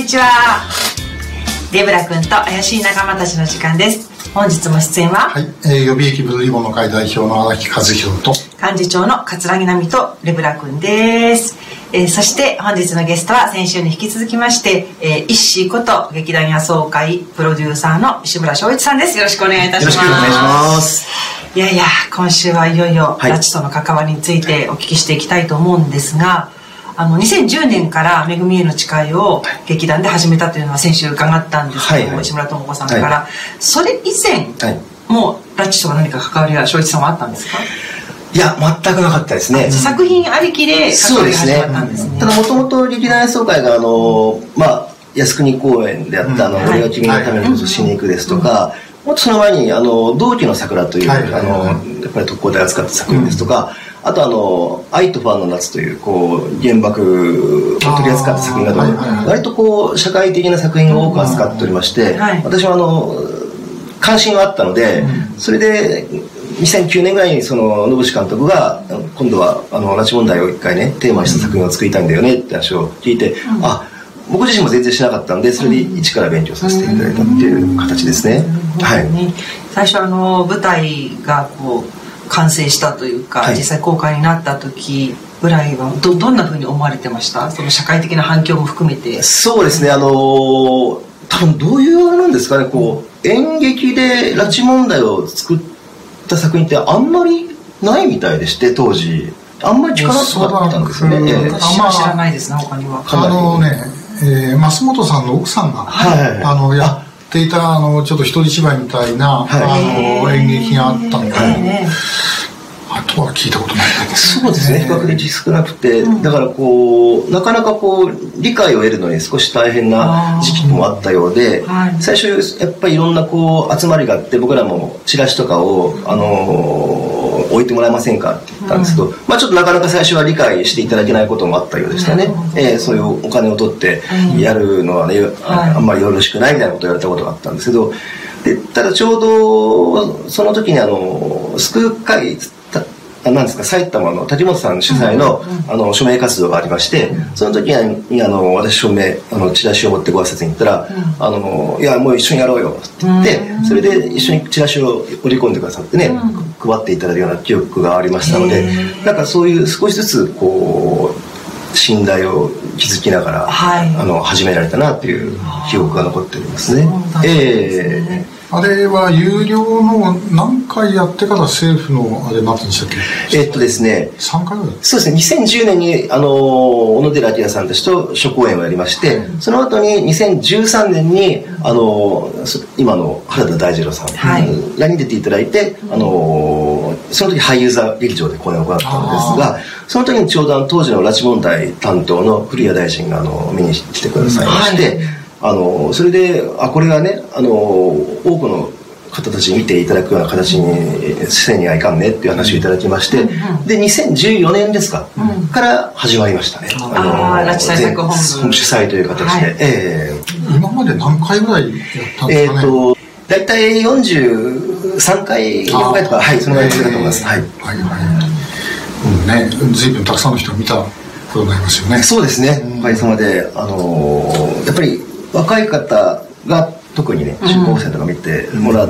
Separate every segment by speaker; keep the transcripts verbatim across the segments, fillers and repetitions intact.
Speaker 1: にちは。デブラ君と怪しい仲間たちの時間です。本日も出演は、
Speaker 2: はい、えー、予備役ブルーリボンの会代表の荒木和弘と
Speaker 1: 幹事長の桂木奈美とレブラ君です。えー、そして本日のゲストは先週に引き続きまして、えー、イッシーこと劇団野草会プロデューサーの石村翔一さんです。よろしくお願いいたします。
Speaker 3: よろしくお願いします。
Speaker 1: いやいや、今週はいよいよ拉致との関わりについてお聞きしていきたいと思うんですが、あのにせんじゅうねんからめぐみへの誓いを劇団で始めたというのは先週伺ったんですけども、はいはい、石村智子さんから、はい、それ以前、はい、もう拉致とは何か関わりは翔一さんはあったんですか？
Speaker 3: いや、全くなかったですね。
Speaker 1: 作品ありきで関わりが始まったんですね。
Speaker 3: ただもともと劇団演奏会があの、まあ、靖国公演であった、うん、あの俺が君のためにこそ死に行くですとか、うん、もっとその前にあの同期の桜という、はい、あのやっぱり特攻で扱った作品ですとか、うん、あとあの愛とファンの夏というこう原爆を取り扱った作品など、はいはいはい、割とこう社会的な作品を多く扱っておりまして、はい、私はあの関心はあったので、うん、それでにせんきゅうねんぐらいにその野口監督が今度はあの拉致問題を一回ねテーマにした作品を作りたいんだよねって話を聞いて、うん、あ、僕自身も全然しなかったんで、それで一から勉強させていただいたっていう形ですね。
Speaker 1: うん、はい。最初あの舞台がこう完成したというか、はい、実際公開になった時ぐらいは ど, どんなふうに思われてました？その社会的な反響も含めて。
Speaker 3: そうですね、あの多分どういうあれなんですかね、こう演劇で拉致問題を作った作品ってあんまりないみたいでして、当時あんまり力強かったんですよね。
Speaker 1: 私は知らないですね、他には。
Speaker 2: あのね、えー、増本さんの奥さんが、はいはい、あのやっていたあのちょっと一人芝居みたいな、はい、あの演劇があったので、はいあとは聞いたことないです。
Speaker 3: そうですね、比較的少なくて、うん、だからこうなかなかこう理解を得るのに少し大変な時期もあったようで、はい、最初やっぱりいろんなこう集まりがあって、僕らもチラシとかを、あのー、置いてもらえませんかって言ったんですけど、うん、まあちょっとなかなか最初は理解していただけないこともあったようでしたね。うん、えー、そういうお金を取ってやるのはね、うん、あ, あんまりよろしくないみたいなことを言われたことがあったんですけど、でただちょうどその時にあの救う会なんですか、埼玉の滝本さん主催 の,、うんうん、あの署名活動がありまして、うん、その時にあの私署名あのチラシを持ってご挨拶に行ったら、うん、あのいやもう一緒にやろうよって言って、うん、それで一緒にチラシを織り込んでくださってね、うん、配っていただくような記憶がありましたので、なんかそういう少しずつこう信頼を築きながら、はい、あの始められたなっていう記憶が残っておりますね。えー
Speaker 2: あれは有料の何回やってから政府のあれになったんでしたっけ？
Speaker 3: えっとですね、
Speaker 2: さんかいぐらい。
Speaker 3: そうですね、にせんじゅうねんにあの小野寺明さんたちと初公演をやりまして、うん、その後ににせんじゅうさんねんにあの今の原田大二郎さんらに出ていただいて、はい、あのその時俳優座劇場で公演を行ったんですが、その時にちょうど当時の拉致問題担当の古谷大臣があの見に来てくださいまして、はい、あのそれであこれがねあの多くの方たちに見ていただくような形にせにはいかんねっていう話をいただきまして、うんうん、でにせんじゅうよねんですか、うん、から始まりましたね、
Speaker 1: うん、あの拉致対策本部
Speaker 3: 主催という形で、はい、え
Speaker 2: ー、今まで何回ぐらいやったんですかね？えーと
Speaker 3: 大体よんじゅうさんかいよんかいとか、はい、そのぐらいだと思います。はい、はい
Speaker 2: はい、うんね、随分たくさんの人が見たことになりますよね。
Speaker 3: そうですね、おかげさまで、あのー、やっぱり若い方が特にね中高生とか見てもらって、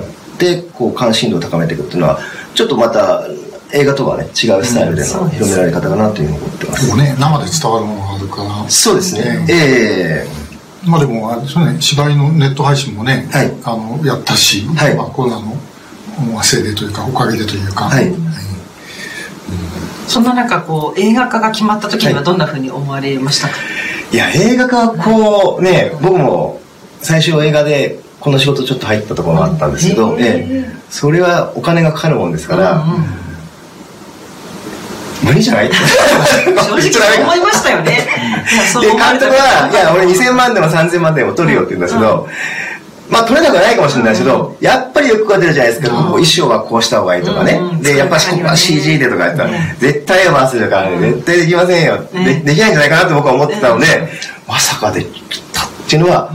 Speaker 3: うん、こう関心度を高めていくっていうのはちょっとまた映画とはね違うスタイルでの広められ方かなというふうに思ってます。
Speaker 2: でもね、生で伝わるものがあるから。
Speaker 3: そうですね、ね、え
Speaker 2: ー、まあでもあれですよね、芝居のネット配信もね、はい、あのやったし、はい、まあ、コロナのせいでというかおかげでというか、はい、うん、
Speaker 1: そんな中こう映画化が決まった時にはどんなふうに思われましたか？はい、
Speaker 3: いや映画化はこうね、僕も最初映画でこの仕事ちょっと入ったところがあったんですけど、ええ、それはお金がかかるもんですから、うんうん、無理じゃない正
Speaker 1: 直思いましたよね。
Speaker 3: で監督は「いや俺にせんまんでもさんぜんまんでも取るよ」って言うんですけど、うんうん、まあ取れなくはないかもしれないですけど、うん、やっぱり欲が出るじゃないですか、うん、衣装はこうした方がいいとかね、うん、でやっぱしここは シージー でとかやったら、うん、絶対回せるから、ね、絶対できませんよ、うん、で, できないんじゃないかなと僕は思ってたので、うん、まさかできたっていうのは、うん、びっ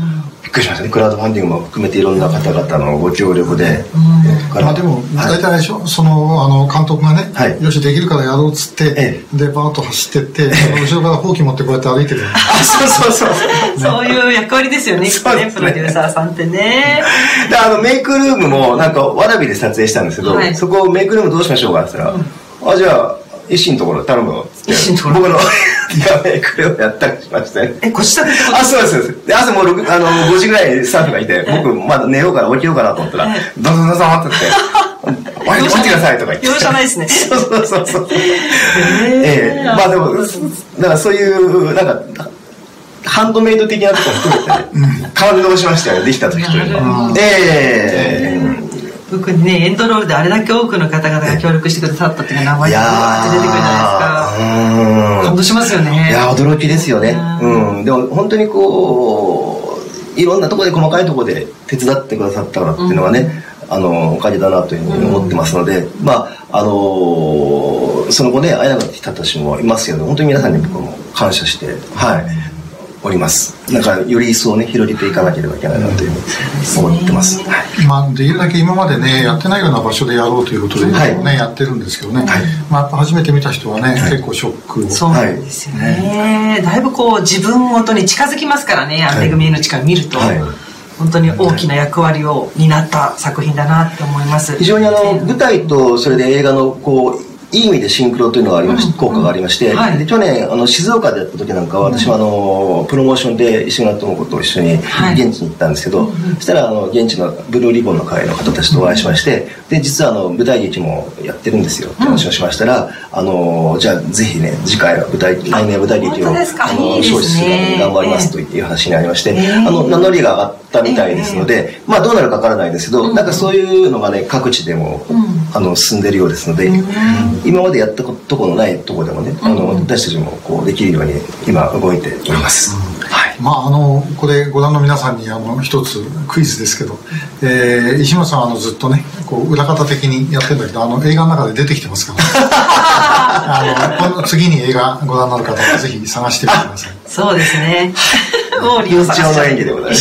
Speaker 3: っくりしましたね。クラウドファンディングも含めていろんな方々のご協力で、
Speaker 2: うん、まあでも大体そのあの監督がね、はい、よしできるからやろうっつって、ええ、でバーッと走ってって後ろからほうき持ってこうやって歩いてる
Speaker 3: あそうそうそう
Speaker 1: そういう役割ですよね、きっとね、プロデューサーさんってね。
Speaker 3: であのメイクルームもなんかわらびで撮影したんですけど、はい、そこメイクルームどうしましょうかって言ったら、うん、あじゃあ医師のところ頼むよって僕のメイクルームやったりしましたね。
Speaker 1: え、ご自宅ってこと？
Speaker 3: あ、そうですそうです。で朝もうあのごじぐらいスタッフがいて、僕まだ寝ようかな起きようかなと思ったら、どんどんどんどん待ってて起きてくださいとか言って。
Speaker 1: 容赦ないですね。
Speaker 3: そうそうそうそう。ええ、まあでもだからそういうなんかハンドメイド的なところも含めて、ね、感動しましたよ、できた時というのは。ええ。
Speaker 1: 僕ね、エンドロールであれだけ多くの方々が協力してくださったっていう名前がわーって出てくるじゃないですか。感動しますよね。
Speaker 3: いや驚きですよね。うん。でも本当にこういろんなところで細かいところで手伝ってくださったからっていうのはね、うん、あのおかげだなというふうに思ってますので、うん、まああのー、その後ね会えなかった人たちもいますけど、本当に皆さんに僕も感謝して、はい。おります。なんかより一層ね広げていかなければいけないなというふうに思ってます。はい、
Speaker 2: まあできるだけ今までねやってないような場所でやろうということで、ね、はい、やってるんですけどね。はい、まあやっぱ初めて見た人はね、はい、結構ショックを。
Speaker 1: そうなんですよね。はい、だいぶこう自分ごとに近づきますからね。めぐみへの力を見ると。はい、本当に大きな役割を担った作品だなって思います。
Speaker 3: 非常にあの舞台とそれで映画のこういい意味でシンクロというのがありまし、うん、効果がありまして、はい、で去年あの静岡でやった時なんかは私はあのプロモーションで石村智子と一緒に現地に行ったんですけど、はい、そしたらあの現地のブルーリボンの会の方たちとお会いしまして、で実はあの舞台劇もやってるんですよって話をしましたら、うん、あのじゃあぜひね次回は舞台来年は舞台劇をあの招致するために頑張りますという話になりまして、えー、あの名乗りが上がったみたいですので、えー、まあどうなるかわからないですけど、うん、なんかそういうのがね各地でも、うん、あの進んでるようですので、うん、今までやったところのないところでもね、あの私たちもこうできるように今動いております。うん、はい。
Speaker 2: まああのこれご覧の皆さんにあの一つクイズですけど、えー、石野さんはあのずっとねこう裏方的にやってるんだけど、あの映画の中で出てきてますから、あのこの次に映画ご覧になる方はぜひ探してみてください。
Speaker 1: そうですね。もう利用
Speaker 3: されの演技でございます。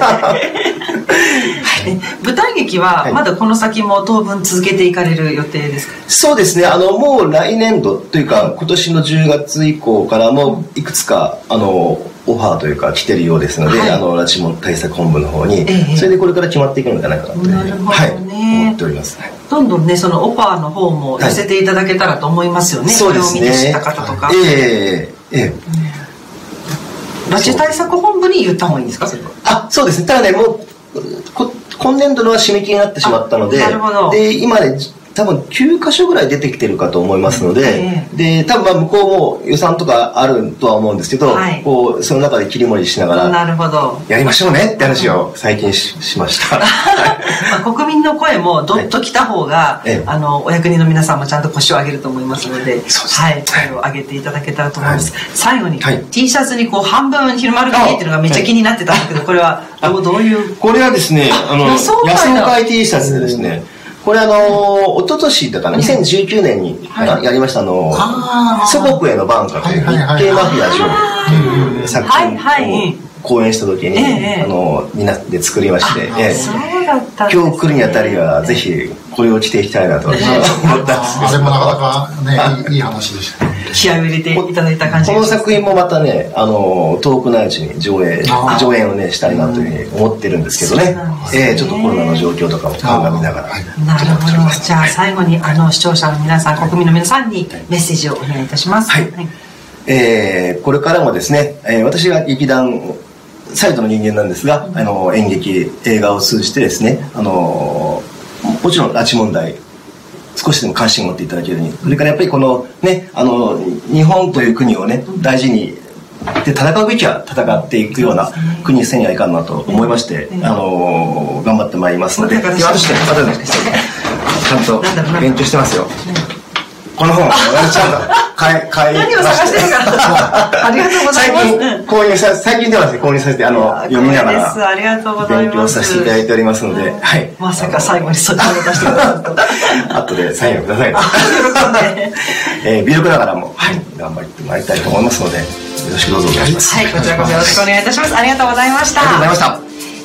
Speaker 1: 舞台劇はまだこの先も当分続けていかれる予定ですか？
Speaker 3: そうですね、あのもう来年度というか今年のじゅうがつ以降からもいくつかあのオファーというか来てるようですので、はい、あの拉致問対策本部の方に、ええ、それでこれから決まっていくのではないかなというふうに、
Speaker 1: なるほどね、
Speaker 3: はい、思っております。
Speaker 1: どんどんねそのオファーの方も寄せていただけたらと思いますよね。
Speaker 3: そうですね。
Speaker 1: それを見て知った方とか。
Speaker 3: ええええ。
Speaker 1: 拉致対策本部に言った方がいいんですか？それは。
Speaker 3: あ、そうですね。ただねもうこ今年度のは締め切りになってしまったので、で今ね多分きゅうかしょぐらい出てきてるかと思いますので、えー、で多分まあ向こうも予算とかあるとは思うんですけど、はい、こうその中で切り盛りしながら
Speaker 1: なるほど
Speaker 3: やりましょうねって話を最近 し, しました。
Speaker 1: まあ国民の声もどっと来た方が、はい、あのお役人の皆さんもちゃんと腰を上げると思いますので、はい、声を上げていただけたらと思います。はい、最後に、はい、T シャツにこう半分昼丸が見えてるのがめっちゃ気になってたんだけど、これはどう、どういう
Speaker 3: これはですねあの野草会 T シャツでですね、これあの一昨年だからにせんじゅうきゅうねんに、はい、やりましたあの祖国への挽歌という日系マフィアジョーという作品を講演した時に、ええ、あのみんなで作りまして、ええ、今日来るにあたりはぜひこれを着ていきたいなと思ったんですけど、
Speaker 2: あれもなかなかねいい話でしたね。
Speaker 1: 気合を入れていただいた感じ
Speaker 3: この作品もまたねあの遠くないうちに上映上演をねしたいなというふうに思ってるんですけどね、えー、ちょっとコロナの状況とかも鑑みながら。
Speaker 1: なるほど。じゃあ最後にあの視聴者の皆さん国民の皆さんにメッセージをお願いいたします。
Speaker 3: はい、はい、えー、これからもですね、えー、私が劇団サイドの人間なんですが、うん、あの演劇映画を通じてですねあのもちろん拉致問題少しでも関心を持っていただけるように、それからやっぱりこのねあの日本という国をね大事にで戦うべきは戦っていくような国にせにはいかんなと思いまして、あの頑張ってまいりますので、私ねちゃんと勉強してますよ。この本私ちゃんと買い買い
Speaker 1: 何を探してるかありがとうございます。
Speaker 3: 最近購入さ最近ではですね購入させてあの読みながら
Speaker 1: ありがとうございます。
Speaker 3: 勉強させていただいておりますので、はい。
Speaker 1: まさか最後にそっちを出してくださった
Speaker 3: 後でサインをください。
Speaker 1: 喜んで。
Speaker 3: えー、微力ながらも、はい、頑張ってまいりたいと思いますのでよろしくどうぞお願いします。
Speaker 1: はい、こちらこそよろしくお願いいたします。ありがとうございました。
Speaker 3: ありがとうございました。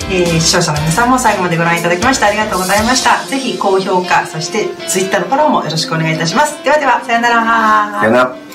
Speaker 1: えー、視聴者の皆さんも最後までご覧いただきましてありがとうございました。ぜひ高評価、そしてツイッターのフォローもよろしくお願いいたします。ではでは、さよなら。
Speaker 3: さよなら。